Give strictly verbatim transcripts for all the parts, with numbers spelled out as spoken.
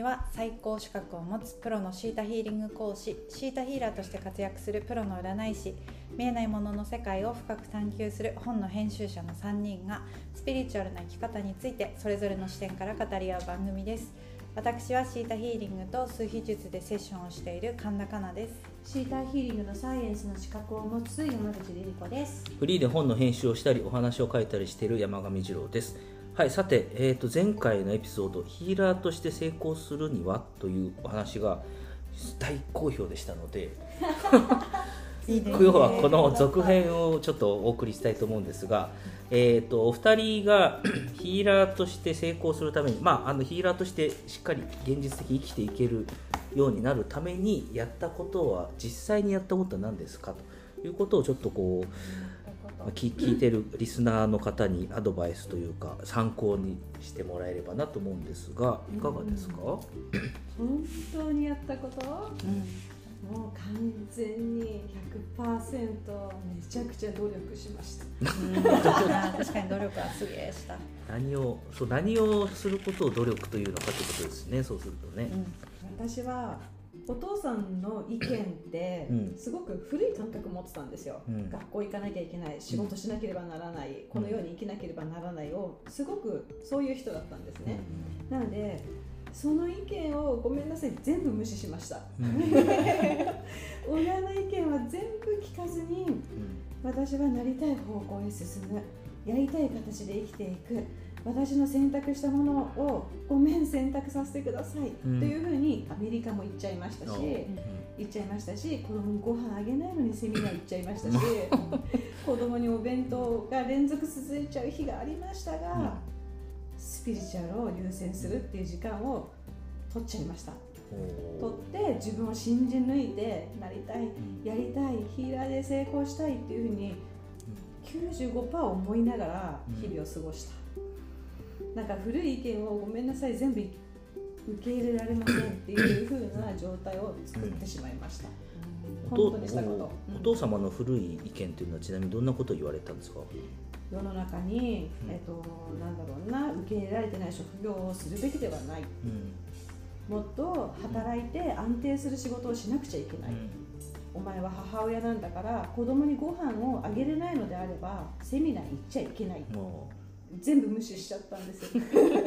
は最高資格を持つプロのシータヒーリング講師、シータヒーラーとして活躍するプロの占い師、見えないものの世界を深く探求する本の編集者のさんにんがスピリチュアルな生き方についてそれぞれの視点から語り合う番組です。私はシータヒーリングと数秘術でセッションをしている神田香奈です。 シータヒーリングのサイエンスの資格を持つ山口リリ子です。 フリーで本の編集をしたりお話を書いたりしている山上二郎です。はい、さて、えー、と前回のエピソードヒーラーとして成功するにはというお話が大好評でしたのでいいね、 今日はこの続編をちょっとお送りしたいと思うんですが、えー、とお二人がヒーラーとして成功するために、まあ、あのヒーラーとしてしっかり現実的に生きていけるようになるためにやったことは実際にやったことは何ですかということをちょっとこう聞いてるリスナーの方にアドバイスというか参考にしてもらえればなと思うんですが、いかがですか？ 本当にやったこと、うん、もう完全に ひゃくパーセント めちゃくちゃ努力しました。 うん、確かに努力はすげえした。 何をそう何をすることを努力というのかということですね。そうするとね、 うん、私はお父さんの意見ってすごく古い感覚持ってたんですよ、うん、学校行かなきゃいけない、仕事しなければならない、うん、この世に生きなければならないをすごくそういう人だったんですね、うん、なのでその意見をごめんなさい全部無視しました、うん、親の意見は全部聞かずに、うん、私はなりたい方向へ進む、やりたい形で生きていく、私の選択したものをごめん選択させてください、うん、というふうにアメリカも行っちゃいましたし、うん、行っちゃいましたし、子供にご飯あげないのにセミナー行っちゃいましたし子供にお弁当が連続続いちゃう日がありましたが、うん、スピリチュアルを優先するっていう時間を取っちゃいました。取って自分を信じ抜いてなりたい、やりたい、ヒーラーで成功したいっていうふうに きゅうじゅうごパーセント 思いながら日々を過ごした。なんか古い意見をごめんなさい全部受け入れられませんっていう風な状態を作ってしまいました、うん、本当にしたこと、 うん、お父様の古い意見というのはちなみにどんなことを言われたんですか？ 世の中に、えーと、なんだろうな、受け入れられてない職業をするべきではない、うん、もっと働いて安定する仕事をしなくちゃいけない、うん、お前は母親なんだから子供にご飯をあげれないのであればセミナー行っちゃいけない、全部無視しちゃったんですよ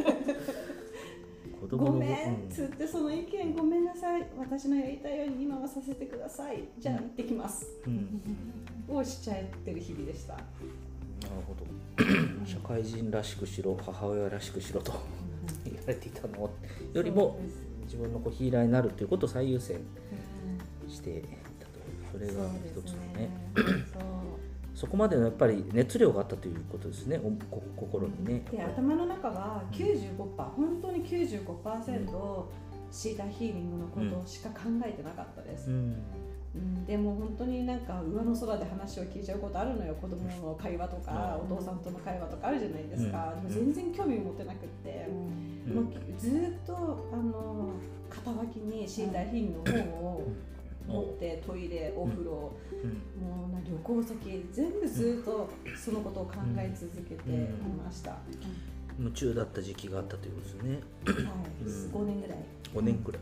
ごめんっつって、その意見ごめんなさい、私のやりたいように今はさせてください、じゃあ行ってきます、うん、をしちゃってる日々でした。なるほど社会人らしくしろ、母親らしくしろと言われていたのよりも自分のこうヒーラーになるということを最優先していたと、それが一つのねそこまでのやっぱり熱量があったということですね、心にね。 で、頭の中は きゅうじゅうごパーセント、本当に きゅうじゅうごパーセント シータヒーリングのことしか考えてなかったです、うんうん、でも本当になんか上の空で話を聞いちゃうことあるのよ、子供の会話とか、うん、お父さんとの会話とかあるじゃないですか、うん、でも全然興味持ってなくって、うん、もうずっとあの肩脇にシータヒーリングの本を持ってトイレ、お風呂、うん、もうな旅行先全部ずっとそのことを考え続けていました、 うんうん、夢中だった時期があったということですね。 はい、うん、ごねんぐらいごねんくらい、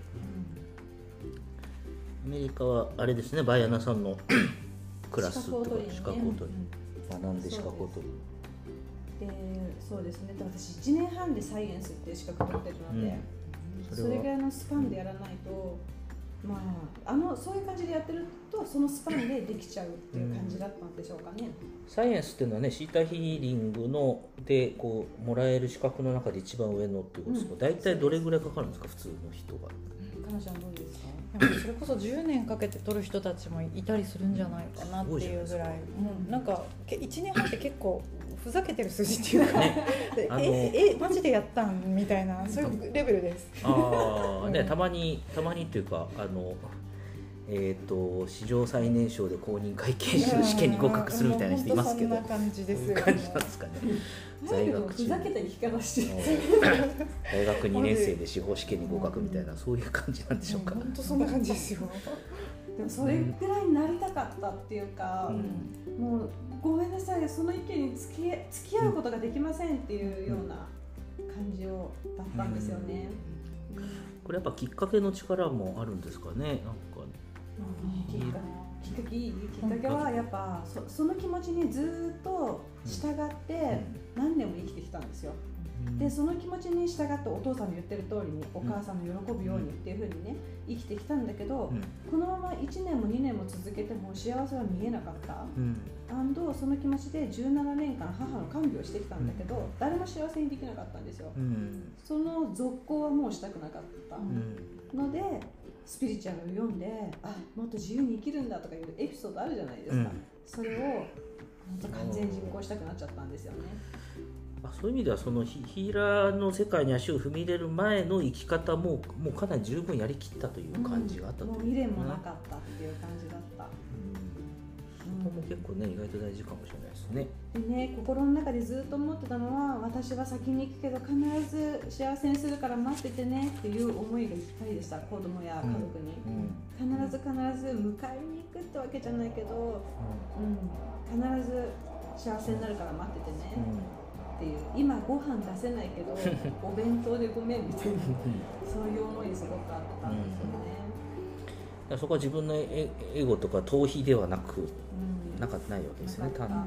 うん、アメリカはあれですね、バイアナさんのクラスとか資格を取り、学んで資格を取りで、そうですね、私いちねんはんでサイエンスっていう資格取ってるので、うん、そ, れそれぐらいのスパンでやらないと、まあ、あのそういう感じでやってるとそのスパンでできちゃうっていう感じだったんでしょうかね、 うん、サイエンスっていうのはね、シータヒーリングのでこうもらえる資格の中で一番上のっていうことですが、大体、うん、どれぐらいかかるんですか、普通の人が。 かなちゃんどうですか？ それこそじゅうねんかけて取る人たちもいたりするんじゃないかなっていうぐらい、うん、なんかいちねんはんって結構ふざけてる数字っていうか、ね、ええマジでやったんみたいな、そういうレベルです。 ああ、ね、たまにたまにっていうか、あのえー、と史上最年少で公認会計士の試験に合格するみたいな人いますけど、 そんな感じですよね。 そういう感じなんですかね。 在学中ふざけた生き方して大学にねん生で司法試験に合格みたいな、そういう感じなんでしょうか。 本当そんな感じですよ。 でもそれぐらいになりたかったっていうか、うん、もうごめんなさい、その意見に付き、付き合うことができませんっていうような感じをだったんですよね、 これやっぱきっかけの力もあるんですかね。なんかきっかけきっかけはやっぱ そ, その気持ちにずっと従って何年も生きてきたんですよ。でその気持ちに従ってお父さんの言ってる通りにお母さんの喜ぶようにっていう風にね生きてきたんだけど、うん、このままいちねんもにねんも続けても幸せは見えなかった、うん、アンドその気持ちでじゅうななねんかん母の看病をしてきたんだけど、うん、誰も幸せにできなかったんですよ、うん、その続行はもうしたくなかったので、スピリチュアルを読んであもっと自由に生きるんだとかいうエピソードあるじゃないですか、うん、それを本当完全に実行したくなっちゃったんですよね。 そういう意味ではそのヒーラーの世界に足を踏み入れる前の生き方ももうかなり十分やりきったという感じがあったと、 うん、もう未練もなかったっていう感じだった、 うん、そこも結構ね意外と大事かもしれないですね。 でね心の中でずっと思ってたのは私は先に行くけど必ず幸せにするから待っててねっていう思いがいっぱいでした。子供や家族に、うんうん、必ず必ず迎えに行くってわけじゃないけど、うんうん、必ず幸せになるから待っててね、うんっていう今ご飯出せないけどお弁当でごめんみたいなそういう思いすごくあったんですよね、 うん、そこは自分のエゴとか逃避ではなく、うん、なかないわけですね、単にね、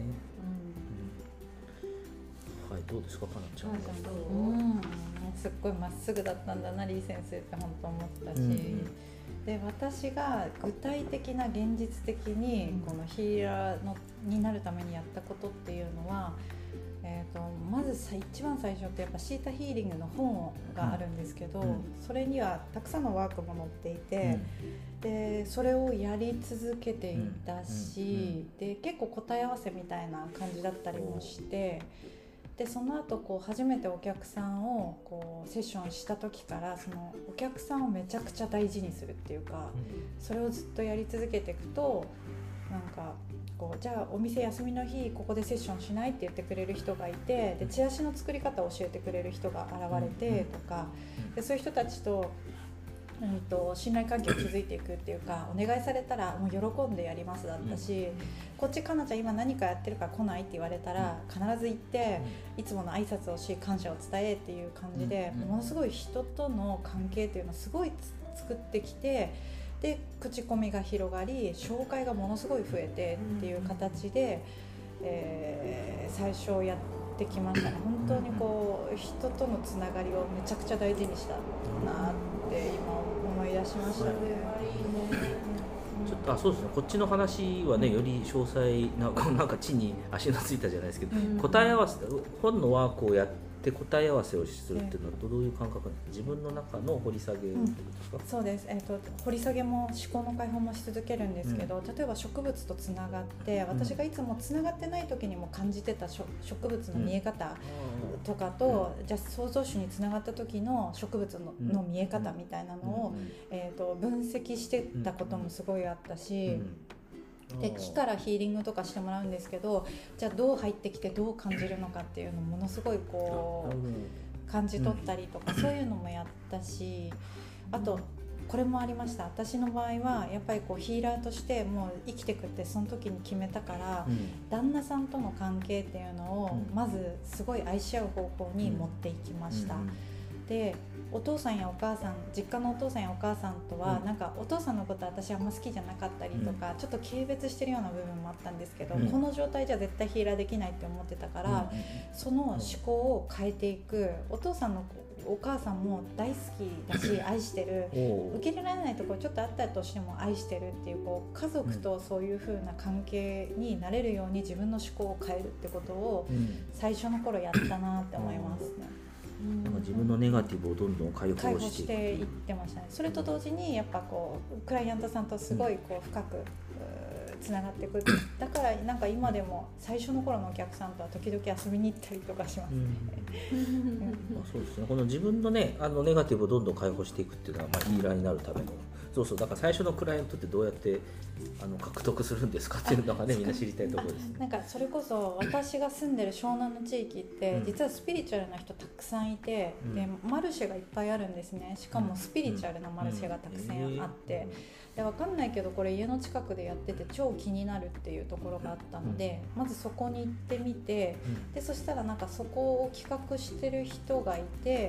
うんうん、はい、どうですかかなちゃんは、 うん、すっごいまっすぐだったんだなリー先生って本当思ったし、うんうん、で私が具体的な現実的にこのヒーラーのになるためにやったことっていうのはえー、とまずさ一番最初ってやっぱシータヒーリングの本があるんですけど、うん、それにはたくさんのワークも載っていて、うん、でそれをやり続けていたし、うん、で結構答え合わせみたいな感じだったりもして、でその後こう初めてお客さんをこうセッションした時からそのお客さんをめちゃくちゃ大事にするっていうか、それをずっとやり続けていくとなんかこうじゃあお店休みの日ここでセッションしないって言ってくれる人がいて、でチラシの作り方を教えてくれる人が現れてとか、でそういう人たちと、うんと信頼関係を築いていくっていうか、お願いされたらもう喜んでやりますだったし、こっちかなちゃん今何かやってるから来ないって言われたら必ず行っていつもの挨拶をし感謝を伝えっていう感じで、ものすごい人との関係っていうのをすごい作ってきて、で口コミが広がり紹介がものすごい増えてっていう形で、えー、最初やってきましたね。本当にこう人とのつながりをめちゃくちゃ大事にしたなって今思い出しましたね。 ちょっとあそうですね、こっちの話はねより詳細ななんか地に足のついたじゃないですけど、うん、答え合わせ本のワークをやって答え合わせをするっていうのはどういう感覚なんですか？自分の中の掘り下げってことですか？ うん、そうです、えーと、掘り下げも思考の解放もし続けるんですけど、うん、例えば植物とつながって私がいつもつながってない時にも感じてた植物の見え方とかと、うん、じゃあ創造主につながった時の植物 の,、うん、の見え方みたいなのを、うんえーと、分析してたこともすごいあったし、うんで木からヒーリングとかしてもらうんですけど、じゃあどう入ってきてどう感じるのかっていうのをものすごいこう感じ取ったりとか、そういうのもやったし、あとこれもありました。私の場合はやっぱりこうヒーラーとしてもう生きてくってその時に決めたから、うん、旦那さんとの関係っていうのをまずすごい愛し合う方向に持っていきました、うんうんでお父さんやお母さん実家のお父さんやお母さんとは、うん、なんかお父さんのこと私あんま好きじゃなかったりとか、うん、ちょっと軽蔑してるような部分もあったんですけど、うん、この状態じゃ絶対ヒーラーできないって思ってたから、うん、その思考を変えていく。お父さんのお母さんも大好きだし愛してる受け入れられないところちょっとあったとしても愛してるっていう、こう家族とそういう風な関係になれるように自分の思考を変えるってことを最初の頃やったなって思いますね。 なんか自分のネガティブをどんどん解放していく、 解放していってましたね。それと同時にやっぱこうクライアントさんとすごいこう深くつながっていく。だからなんか今でも最初の頃のお客さんとは時々遊びに行ったりとかしますね。 うんうんまあそうですね、この自分のねあのネガティブをどんどん解放していくっていうのは、まあ、ヒーラーになるための、そうそうだから最初のクライアントってどうやってあの獲得するんですかっていうのがねみんな知りたいところですね。 なんかそれこそ私が住んでる湘南の地域って実はスピリチュアルな人たくさんいて、うん、でマルシェがいっぱいあるんですね。しかもスピリチュアルなマルシェがたくさんあって、で分かんないけどこれ家の近くでやってて超気になるっていうところがあったので、まずそこに行ってみて、でそしたらなんかそこを企画してる人がいて、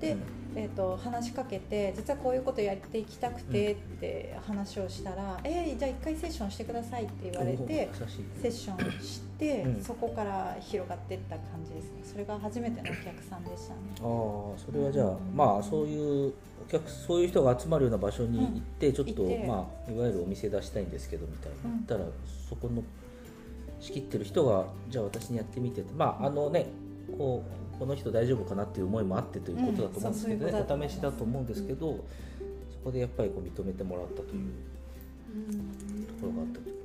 で、えー、と話しかけて実はこういうことやっていきたくてって話をしたら、うん、えー、じゃあ一回セッションしてくださいって言われてセッションして、うん、そこから広がっていった感じですね。それが初めてのお客さんでしたね。 ああ、それはじゃあ、うん、まあそういうお客そういう人が集まるような場所に行って、うん、ちょっとまあいわゆるお店出したいんですけどみたいな言ったら、うん、そこの仕切ってる人がじゃあ私にやってみてって、まああのねこうこの人大丈夫かなっていう思いもあってということだと思うんですけどね、うん、お試しだと思うんですけど、うん、そこでやっぱりこう認めてもらったというところがあったという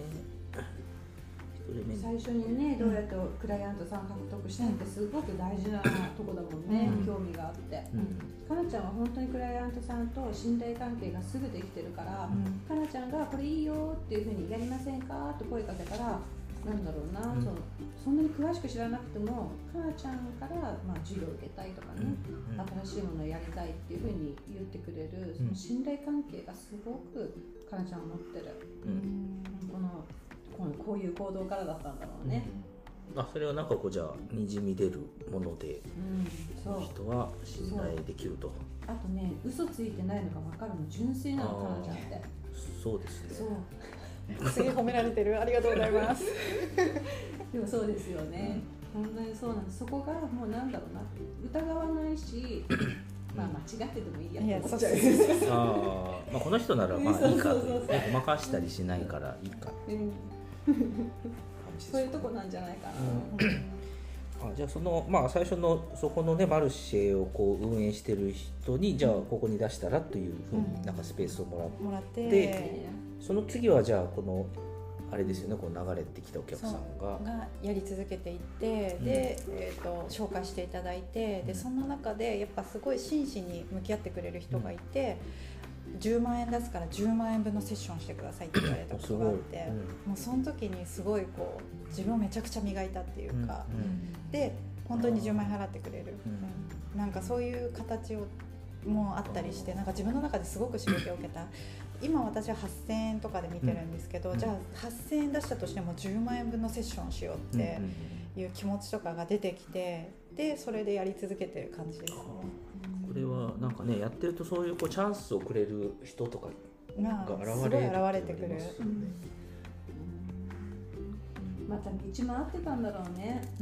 ことですね。 最初にね、どうやってクライアントさん獲得したいってすごく大事なとこだもんね、うん、興味があって、うん、かなちゃんは本当にクライアントさんと信頼関係がすぐできてるから、うん、かなちゃんがこれいいよっていうふうにやりませんかと声かけたら、なんだろうな、うん、そのそんなに詳しく知らなくてもかなちゃんから、まあ、授業を受けたいとかね、うん、新しいものをやりたいっていうふうに言ってくれる、その信頼関係がすごくかなちゃんを持ってる、うん、このこのこういう行動からだったんだろうね、 うん、あそれはなんかこうじゃあにじみ出るもので、うん、そう人は信頼できると。 あとね、嘘ついてないのが分かるの、純粋なのかなちゃんって。 そうですね。 そうすげえ褒められてる、ありがとうございますでもそうですよね、うん、本当にそうなんです。そこがもうなんだろうな、疑わないしまあ間違っててもいいやって思っちゃうあ、まあ、この人ならまあいいかという、ね、ごまかしたりしないからいいかっていう、 うん、そういうとこなんじゃないかな、 うん、あじゃあその、まあ、最初のそこのねマルシェをこう運営してる人にじゃあここに出したらというふうになんかスペースをもらって、 もらってその次はじゃあこのあれですよね、こう流れてきたお客さんががやり続けていって、うん、で、えーと、紹介していただいて、でその中でやっぱすごい真摯に向き合ってくれる人がいて、うん、じゅうまんえん出すからじゅうまんえんぶんのセッションしてくださいって言われたことがあって、うん、もうその時にすごいこう自分をめちゃくちゃ磨いたっていうか、うん、で本当にじゅうまんえん払ってくれる、うん、なんかそういう形をもあったりして、なんか自分の中ですごく刺激を受けた。今私ははっせんえんとかで見てるんですけど、うん、じゃあはっせんえん出したとしてもじゅうまんえんぶんのセッションしようっていう気持ちとかが出てきて、でそれでやり続けてる感じですね。 これはなんかね、やってるとそういうこうチャンスをくれる人とかが現れる、 まあ、現れてくる、うん、 また道も合ってたんだろうね、うん、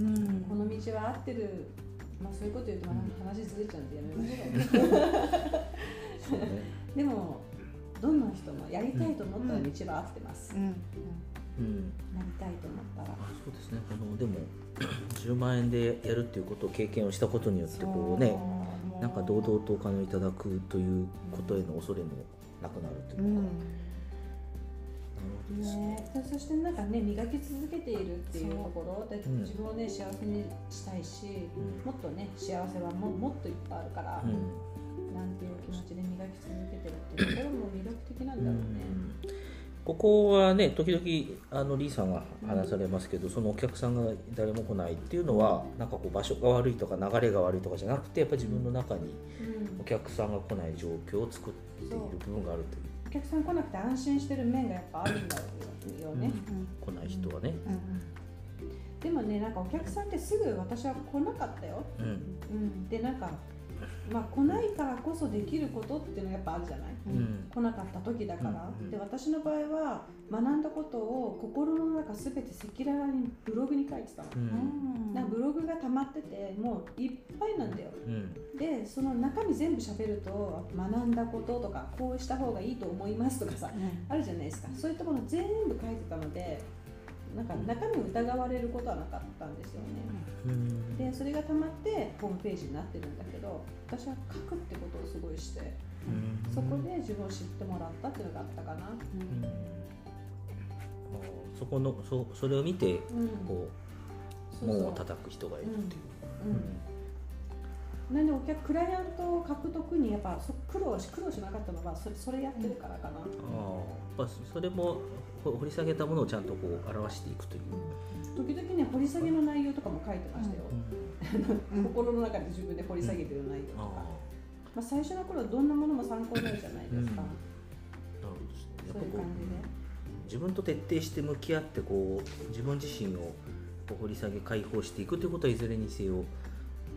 この道は合ってる、まあ、そういうこと言うとまた話ずれちゃうんでやめましょう、そうね、でもどんな人もやりたいと思ったら道は合ってます、うんうんうん、なりたいと思ったら。 あ、そうですね。このでもじゅうまんえんでやるっていうことを経験をしたことによってこうね、なんか堂々とお金をいただくということへの恐れもなくなるというか、 うん、ね、そしてなんかね、磨き続けているっていうところで、自分をね幸せにしたいし、うん、もっとね幸せはももっといっぱいあるから、うん、なんていう気持ちで磨き続けてるっていうところも魅力的なんだろうね、 うん、ここはね時々あのリーさんが話されますけど、うん、そのお客さんが誰も来ないっていうのはなんかこう場所が悪いとか流れが悪いとかじゃなくて、やっぱり自分の中にお客さんが来ない状況を作っている部分があるという、 お客さん来なくて安心してる面がやっぱあるんだよね、 うん、来ない人はね、うんうん、 でもね、なんかお客さんってすぐ私は来なかったよ、うんうん、でなんかまあ、来ないからこそできることっていうのがやっぱあるじゃない、うん、来なかった時だから、うん、で私の場合は学んだことを心の中すべて赤裸々にブログに書いてたの、うん、なんかブログが溜まっててもういっぱいなんだよ、うん、でその中身全部喋ると学んだこととかこうした方がいいと思いますとかさ、うん、あるじゃないですか。そういったもの全部書いてたので、なんか中身を疑われることはなかったんですよね、うん、でそれがたまってホームページになってるんだけど、私は書くってことをすごいして、うん、そこで自分を知ってもらったっていうのがあったかな、うんうん、 そこの そ, それを見てこう、門、うん、を叩く人がいるっていう、うんうんうん、なんでお客クライアントを獲得にやっぱ苦労し苦労しなかったのはそれ、それやってるからかな、うん、 あそれも掘り下げたものをちゃんとこう表していくという、 時々ね掘り下げの内容とかも書いてましたよ、うん、心の中で自分で掘り下げてる内容とか、うん、まあ、最初の頃はどんなものも参考になるじゃないですか、うん、なるほどですね。やっぱこう、そういう感じで自分と徹底して向き合ってこう自分自身を掘り下げ解放していくということはいずれにせよ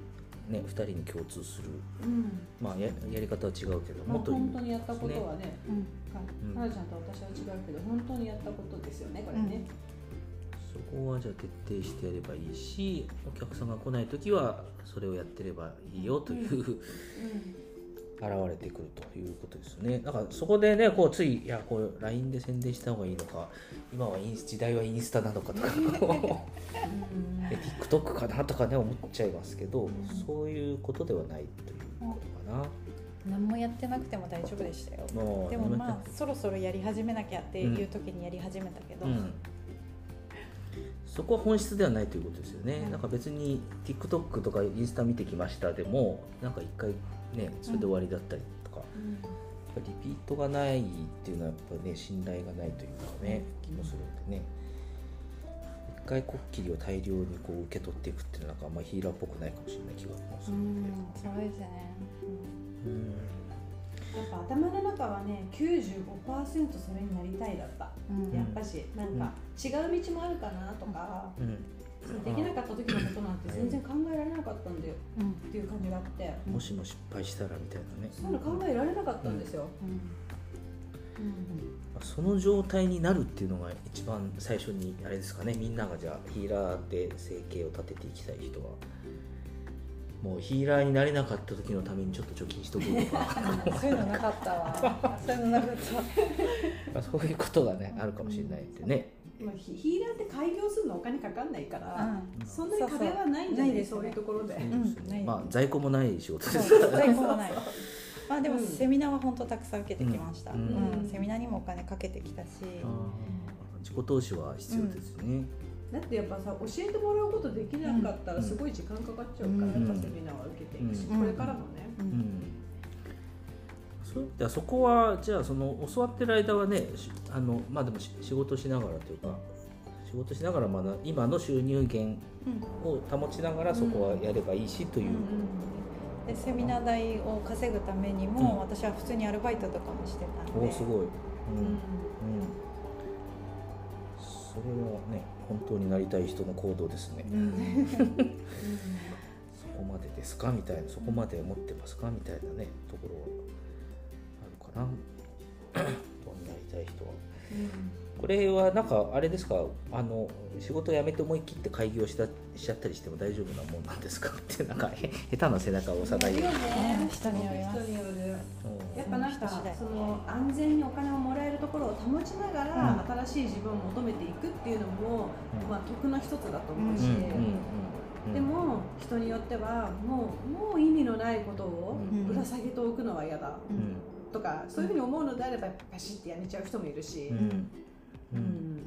ね、ふたりに共通する、 うん、 まあ、や, やり方は違うけど、 まあ、 もっといい、 本当にやったことはね、 うん、 かなちゃんと私は違うけど本当にやったことですよねこれね、 うん、そこはじゃあ徹底してやればいいし、お客さんが来ないときはそれをやってればいいよという、うんうん、現れてくるということですね。だからそこでね、こうついいやこう ライン で宣伝した方がいいのか、今はインス時代はインスタなのかとかで TikTok かなとかね思っちゃいますけど、うん、そういうことではないということかな。 何もやってなくても大丈夫でしたよ。でもまあそろそろやり始めなきゃっていう時にやり始めたけど、うんうん、 そこは本質ではないということですよね、うん、なんか別に TikTok とかインスタ見てきましたでもなんか一回ねそれで終わりだったりとか、うん、やっぱリピートがないっていうのはやっぱね信頼がないというかね、気もするんでね、一回こっきりを大量にこう受け取っていくっていうのはなんかあんまりヒーラーっぽくないかもしれない気がするので、 うん、そうですね、 うん、やっぱ頭の中はね きゅうじゅうごパーセント それになりたいだった、うん、やっぱしなんか違う道もあるかなとか、うん、できなかった時のことなんて全然考えられなかったんだよ、うん、っていう感じがあって、 もしも失敗したらみたいなね、 そういうの考えられなかったんですよ、うんうんうん、その状態になるっていうのが一番最初にあれですかね。みんながじゃあヒーラーで生計を立てていきたい人はもうヒーラーになれなかった時のためにちょっと貯金しとくとかそういうのなかったわそういうのなかったそういうことがねあるかもしれないってね、 まあ、ヒーラーって開業するのお金かかんないから、うん、そんなに壁はないんじゃないですか、そういうところで、 うん、まあ在庫もない仕事ですから在庫もないまあでもセミナーは本当たくさん受けてきました、うんうん、セミナーにもお金かけてきたし、 自己投資は必要ですね、うん、 だってやっぱさ教えてもらうことできなかったらすごい時間かかっちゃうから、うん、やっぱセミナーは受けていくし、うん、これからもね、うんうんそ, じゃあそこはじゃあその教わってる間はねあの、まあ、でも仕事しながらというか仕事しながらまだ今の収入源を保ちながらそこはやればいいしという、うんうんでセミナー代を稼ぐためにも、うん、私は普通にアルバイトとかもしてたので、 おすごい、うんうん、それはね本当になりたい人の行動ですね、うん、そこまでですかみたいな、そこまで思ってますかみたいなねところはあるかなとなりたい人は、うん、これはなんかあれですか、あの仕事を辞めて思い切って開業したしちゃったりしても大丈夫なもんなんですかってなんか下手な背中を押さないように、 ね、人によります。 やっぱなんかその安全にお金をもらえるところを保ちながら、うん、新しい自分を求めていくっていうのも、うん、まあ得の一つだと思うし、うんうんうん、でも人によってはもう、もう意味のないことをぶら下げておくのは嫌だ、うん、とかそういうふうに思うのであればパシッてやめちゃう人もいるし、うんうんうん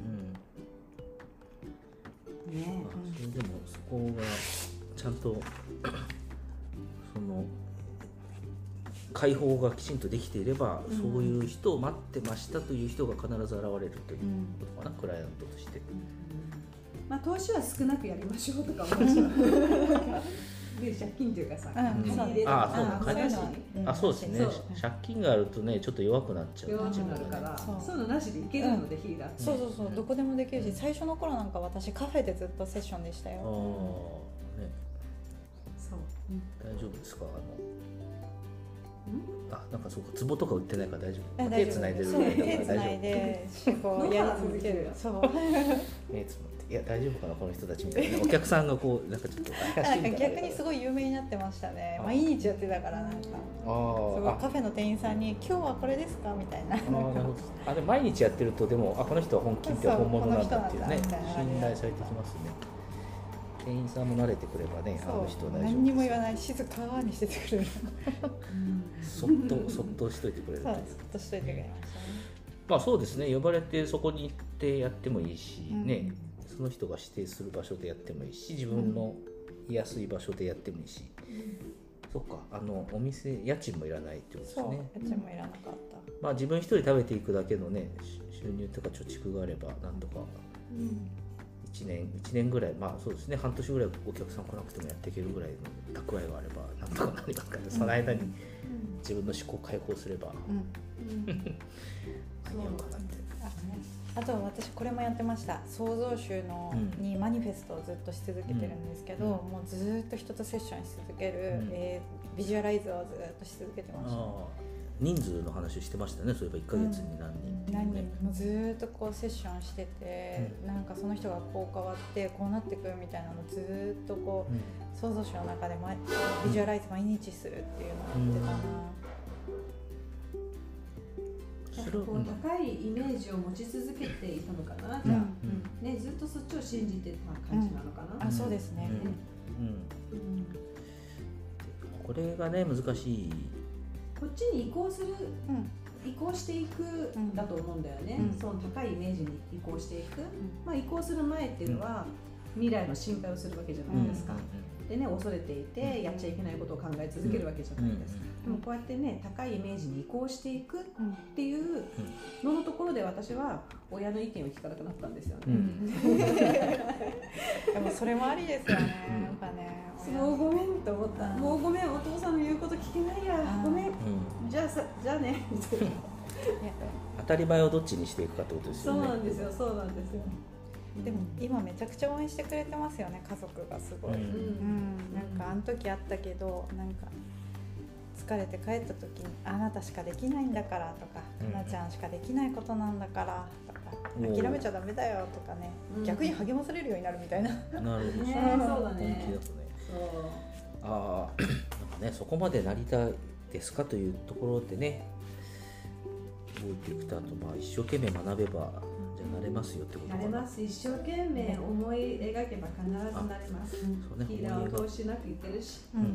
ね、それでもそこがちゃんとその解放がきちんとできていれば、うん、そういう人を待ってましたという人が必ず現れるということかな、うん、クライアントとして、うん、 まあ投資は少なくやりましょうとか思いましょうで借金というかさ、借り入れとか、 あそうですね、借金があるとねちょっと弱くなっちゃう、 弱くなるから、そういうのなしでいけるので、ヒーラーってそうそうそう、どこでもできるし、最初の頃なんか私カフェでずっとセッションでしたよ。 ああね、そう大丈夫ですか、あのあ、なんかそうか、壺とか売ってないから大丈夫。手つないでるぐらいだから大丈夫。手つないでこうやり続ける。そう。目つぶって、いや大丈夫かなこの人たちみたいな。お客さんがこうなんかちょっと怪しいんだけど。逆にすごい有名になってましたね。毎日やってたからなんか。ああ。すごいカフェの店員さんに今日はこれですかみたいな。ああなるほど。あで毎日やってるとでもあこの人は本気って本物なんだっていうね信頼されてきますね。店員さんも慣れてくればね、あの人は大丈夫です。何にも言わない、静かにしててくれるそっとそっとしといてくれる。そう、そっとしといてくれましたね。まあそうですね、呼ばれてそこに行ってやってもいいし、うん、ね、その人が指定する場所でやってもいいし、自分の居やすい場所でやってもいいし、うん、そっか、あのお店家賃もいらないってことですね。そう、家賃もいらなかった。まあ自分一人食べていくだけのね収入とか貯蓄があればなんとか。うんいちねん、いちねんぐらい、まあそうですね、半年ぐらいお客さん来なくてもやっていけるぐらいの蓄えがあればなんとかなりますから、ね、その間に自分の思考を解放すれば、うん、 そうあと私これもやってました。創造主のにマニフェストをずっとし続けてるんですけど、うん、もうずっと人とセッションし続ける、うんえー、ビジュアライズをずっとし続けてました。 人数の話してましたね。そういえばいっかげつに何人、 うん、何人もうずっとこうセッションしてて、うん、なんかその人がこう変わってこうなってくるみたいなのをずっとこう、うん、創造主の中でビジュアライズ毎日するっていうのをやってたな、 うん、こう高いイメージを持ち続けていたのかな、じゃあ、うんね、ずっとそっちを信じてた感じなのかな、 うん、あ、そうですね、 うんうんうん、これがね難しい。 こっちに移行する、うん、移行していくだと思うんだよね、うん、その高いイメージに移行していく、うんまあ、移行する前っていうのは、うん、未来の心配をするわけじゃないですか、うん、でね恐れていてやっちゃいけないことを考え続けるわけじゃないですか、うん、でもこうやってね高いイメージに移行していくっていうののところで私は親の意見を聞かなくなったんですよね、うん、 でもそれもありですよね、やっぱね。 もうごめんと思った、もうごめんお父さんの言うこと聞けないやごめん、うん、じゃあさじゃあねみたいな当たり前をどっちにしていくかってことですよね。 そうなんですよそうなんですよ。 でも今めちゃくちゃ応援してくれてますよね、家族がすごい、うんうん、なんかあの時あったけどなんか疲れて帰った時にあなたしかできないんだからとか、かなちゃんしかできないことなんだからとか、諦めちゃダメだよとかね、うん、逆に励まされるようになるみたいな。 なるほどね、 そうだね。 そうあなんかね、そこまでなりたいですかというところでね動いていくと、あとまあ一生懸命学べばじゃあなれますよってことかな。 なれます。一生懸命思い描けば必ずなれます。そうね、ヒーラーを通しなくいけるし、うんうん、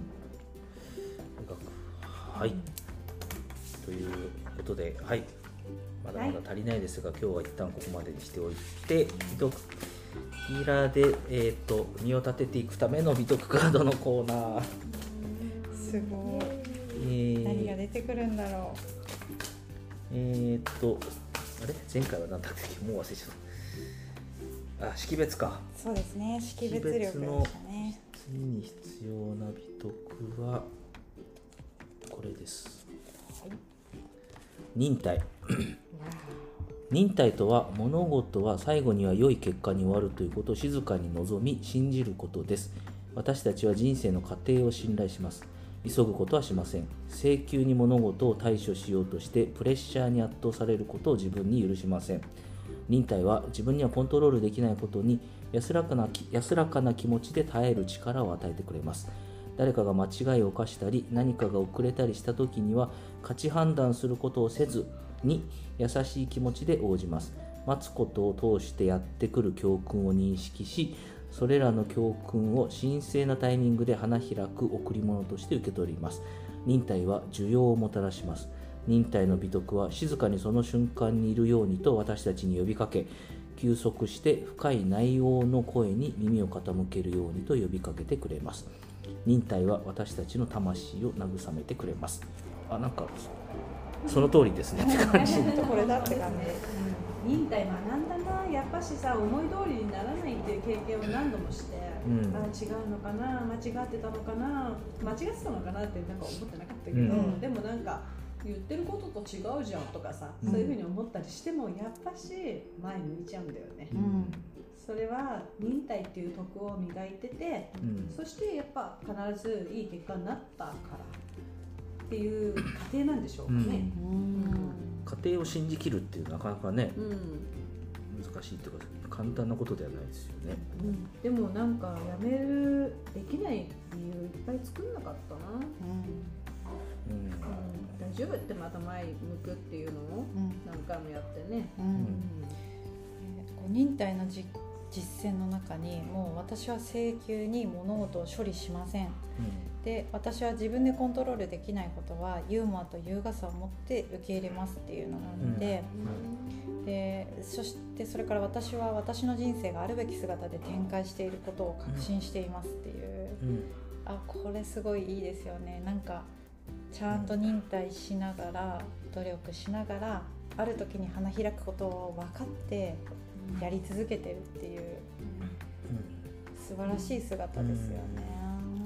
はい、うん、ということで、はい、まだまだ足りないですが、はい、今日は一旦ここまでにしておいて、ヒーラーで、えー、と身を立てていくための美徳カードのコーナー。 すごい、えー、何が出てくるんだろう。 えー、っとあれ前回は何だったっけ、もう忘れちゃった。あ、識別か。 そうですね、識別力でしたね。 次に必要な美徳はこれです、はい、忍耐。忍耐とは、物事は最後には良い結果に終わるということを静かに望み信じることです。私たちは人生の過程を信頼します。急ぐことはしません。請求に物事を対処しようとしてプレッシャーに圧倒されることを自分に許しません。忍耐は自分にはコントロールできないことに安らかな、安らかな気持ちで耐える力を与えてくれます。誰かが間違いを犯したり何かが遅れたりした時には価値判断することをせずに優しい気持ちで応じます。待つことを通してやってくる教訓を認識し、それらの教訓を神聖なタイミングで花開く贈り物として受け取ります。忍耐は需要をもたらします。忍耐の美徳は静かにその瞬間にいるようにと私たちに呼びかけ、休息して深い内容の声に耳を傾けるようにと呼びかけてくれます。忍耐は私たちの魂を慰めてくれます。あ、なんかその通りですねって感じ。 これだって感じ。 忍耐学んだな。やっぱしさ、思い通りにならないっていう経験を何度もして、うん、あ違うのかな、間違ってたのかな、間違ってたのかなってなんか思ってなかったけど、うん、でもなんか言ってることと違うじゃんとかさ、うん、そういうふうに思ったりしてもやっぱし前向いちゃうんだよね。うん、それは忍耐っていう徳を磨いてて、うん、そしてやっぱ必ずいい結果になったからっていう過程なんでしょうかね。うんうん、 過程を信じきるっていうなかなかね、うん、難しいっていうか簡単なことではないですよね。 うん、でもなんかやめるできない理由いっぱい作んなかったな。うんうん、大丈夫ってまた前向くっていうのを何回もやってね。うんうんうん、 えー、忍耐の実実践の中にもう私は請求に物事を処理しません、うん、で私は自分でコントロールできないことはユーモアと優雅さを持って受け入れますっていうのがあるので、うん、でそしてそれから私は私の人生があるべき姿で展開していることを確信していますっていう、うん、あこれすごいいいですよね。なんかちゃんと忍耐しながら努力しながらある時に花開くことを分かってやり続けてるっていう素晴らしい姿ですよね。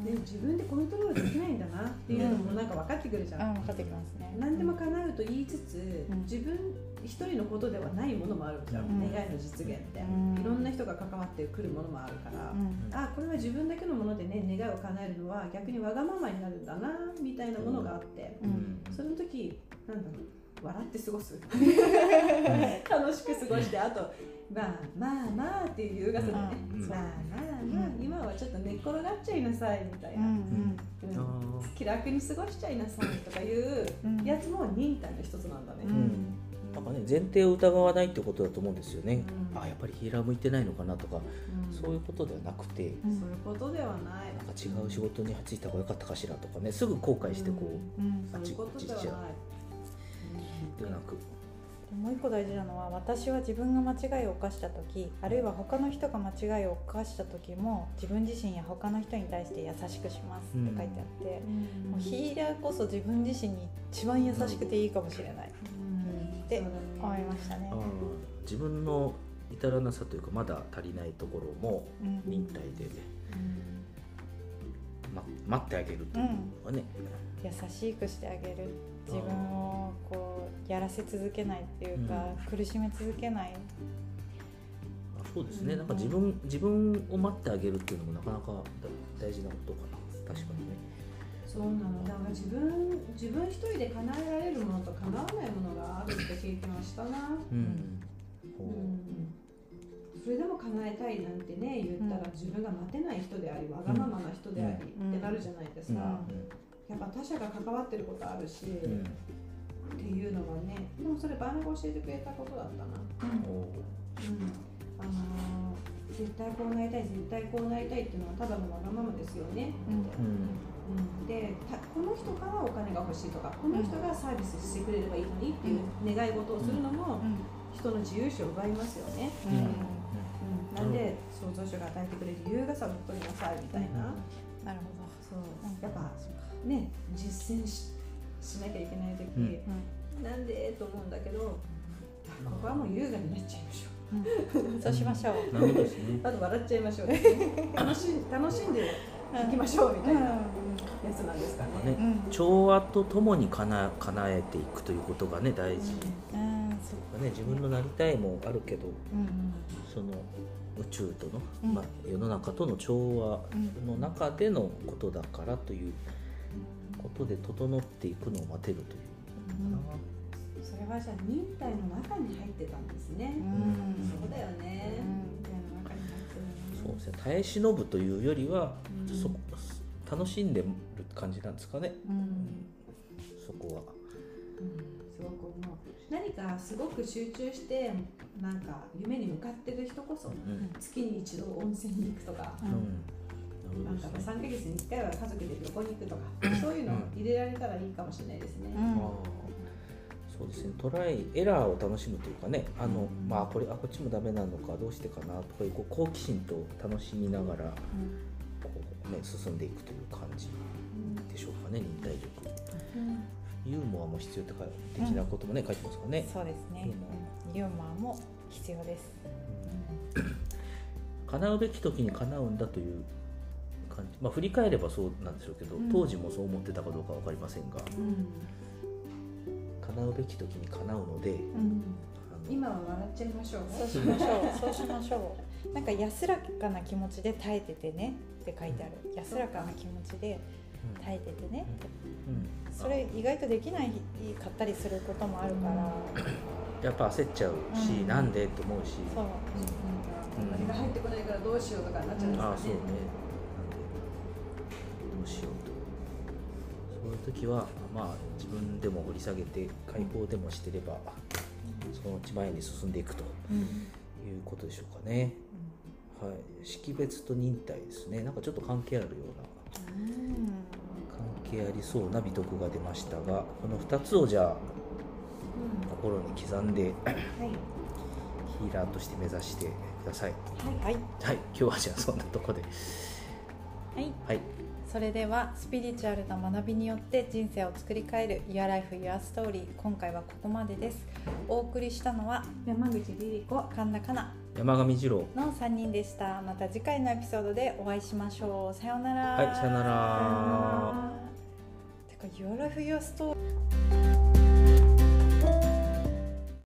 ね、自分でコントロールできないんだなっていうのもなんか分かってくるじゃん、 うん、分かってきますね。 何でも叶うと言いつつ、うん、自分一人のことではないものもあるじゃん、うん、願いの実現って、うん、いろんな人が関わってくるものもあるから、うん、あこれは自分だけのものでね願いを叶えるのは逆にわがままになるんだなみたいなものがあって、うん、その時なんだろう笑って過ごす楽しく過ごして、あとまあまあまあっていう優雅さでね、うん、まあまあまあ、うん、今はちょっと寝っ転がっちゃいなさいみたいな、うんうん、気楽に過ごしちゃいなさいとかいうやつも忍耐の一つなんだね、うん、 なんかね前提を疑わないってことだと思うんですよね、うん、あやっぱりヒーラー向いてないのかなとか、うん、そういうことではなくて、 うん、そういうことではないなんか違う仕事に就いた方が良かったかしらとかねすぐ後悔してこう、うん、 あっちこっち行っちゃうではなくもう一個大事なのは私は自分が間違いを犯した時あるいは他の人が間違いを犯した時も自分自身や他の人に対して優しくしますって書いてあって、うん、もうヒーラーこそ自分自身に一番優しくていいかもしれない、うん、って思いましたね、 うん、自分の至らなさというかまだ足りないところも忍耐で、うんま、待ってあげるというのはね、 うん、優しくしてあげる自分をこうやらせ続けないっていうか、うん、苦しめ続けない。 そうですね、なんか自分、自分を待ってあげるっていうのもなかなか大事なことかな。確かにね。 そうなの。だから自分自分一人で叶えられるものと叶わないものがあるって経験はしたな。うん。うん、それでも叶えたいなんてね言ったら、うん、自分が待てない人でありわがままな人であり、うん、ってなるじゃないですか。うんうんやっぱ他者が関わってることあるし、うん、っていうのはねでもそれバーナが教えてくれたことだったな、うんうんあのー、絶対こうなりたい絶対こうなりたいっていうのはただのわがままですよね、うんうん、でこの人からお金が欲しいとかこの人がサービスしてくれればいいのにっていう願い事をするのも人の自由視を奪いますよね、うんうん、なんで創造主が与えてくれる優雅さを取りなさいみたいな、 なるほどそうやっぱね、実践 し, しなきゃいけないとき、うん、なんでと思うんだけど、ここはもう優雅になっちゃいましょう、 うん、そうしましょうなるほどですねあと笑っちゃいましょう、ね、楽, し楽しんでいきましょうみたいなやつなんですかね、 うん、調和とともにかな叶えていくということがね大事、うんうんそうかね、自分のなりたいもあるけど、うんうん、その宇宙との、うんまあ、世の中との調和の中でのことだからということで整っていくのを待てるという、 うん、それはじゃあ忍耐の中に入ってたんですね、うん、そうだよね、うん、忍耐の中に入ってるねそうですね耐え忍ぶというよりは、うん、そ楽しんでる感じなんですかね、うんうん、そこは、 うん、すごく思う何かすごく集中してなんか夢に向かってる人こそ、うん、月に一度温泉に行くとか、うんなんかさんかげつにいっかいは家族で旅行に行くとか、うん、そういうのを入れられたらいいかもしれないですね、うん、 そうですねトライエラーを楽しむというかねあの、うん、まあこれあこっちもダメなのかどうしてかなとかいうこう好奇心と楽しみながら、こうね、進んでいくという感じでしょうかね、忍耐力、ユーモアも必要って的なこともね、書いてますからね。 そうですね、ユーモアも必要です、 叶うべき時に叶うんだという感じ、まあ、振り返ればそうなんでしょうけど、うん、当時もそう思ってたかどうか分かりませんが、うん、叶うべき時に叶うので、うん、 あの今は笑っちゃいましょうそうしましょうそうしましょうなんか安らかな気持ちで耐えててねって書いてある、うん、安らかな気持ちで耐えててね、うんうん、それ意外とできないかったりすることもあるから、 やっぱ焦っちゃうし、うん、なんでと思うしそう、 うん、何が入ってこないからどうしようとかなっちゃうんですかね、ああそうねどうしようとそういう時は、まあ、自分でも掘り下げて解放でもしてれば、うん、そのうち前に進んでいくということでしょうかね、うんはい、識別と忍耐ですねなんかちょっと関係あるような、うん、関係ありそうな美徳が出ましたがこのふたつをじゃあ、うん、心に刻んで、はい、ヒーラーとして目指してください。はい、はいはい、今日はじゃあそんなとこで、 はい、 はい、 それではスピリチュアルな学びによって人生を作り変える Your Life, Your Story、 今回はここまでです。お送りしたのは山口リリ子、 神田かな、 山上二郎のさんにんでした。また次回のエピソードでお会いしましょう。さようなら。 はい、さようなら。 てか Your Life, Your Story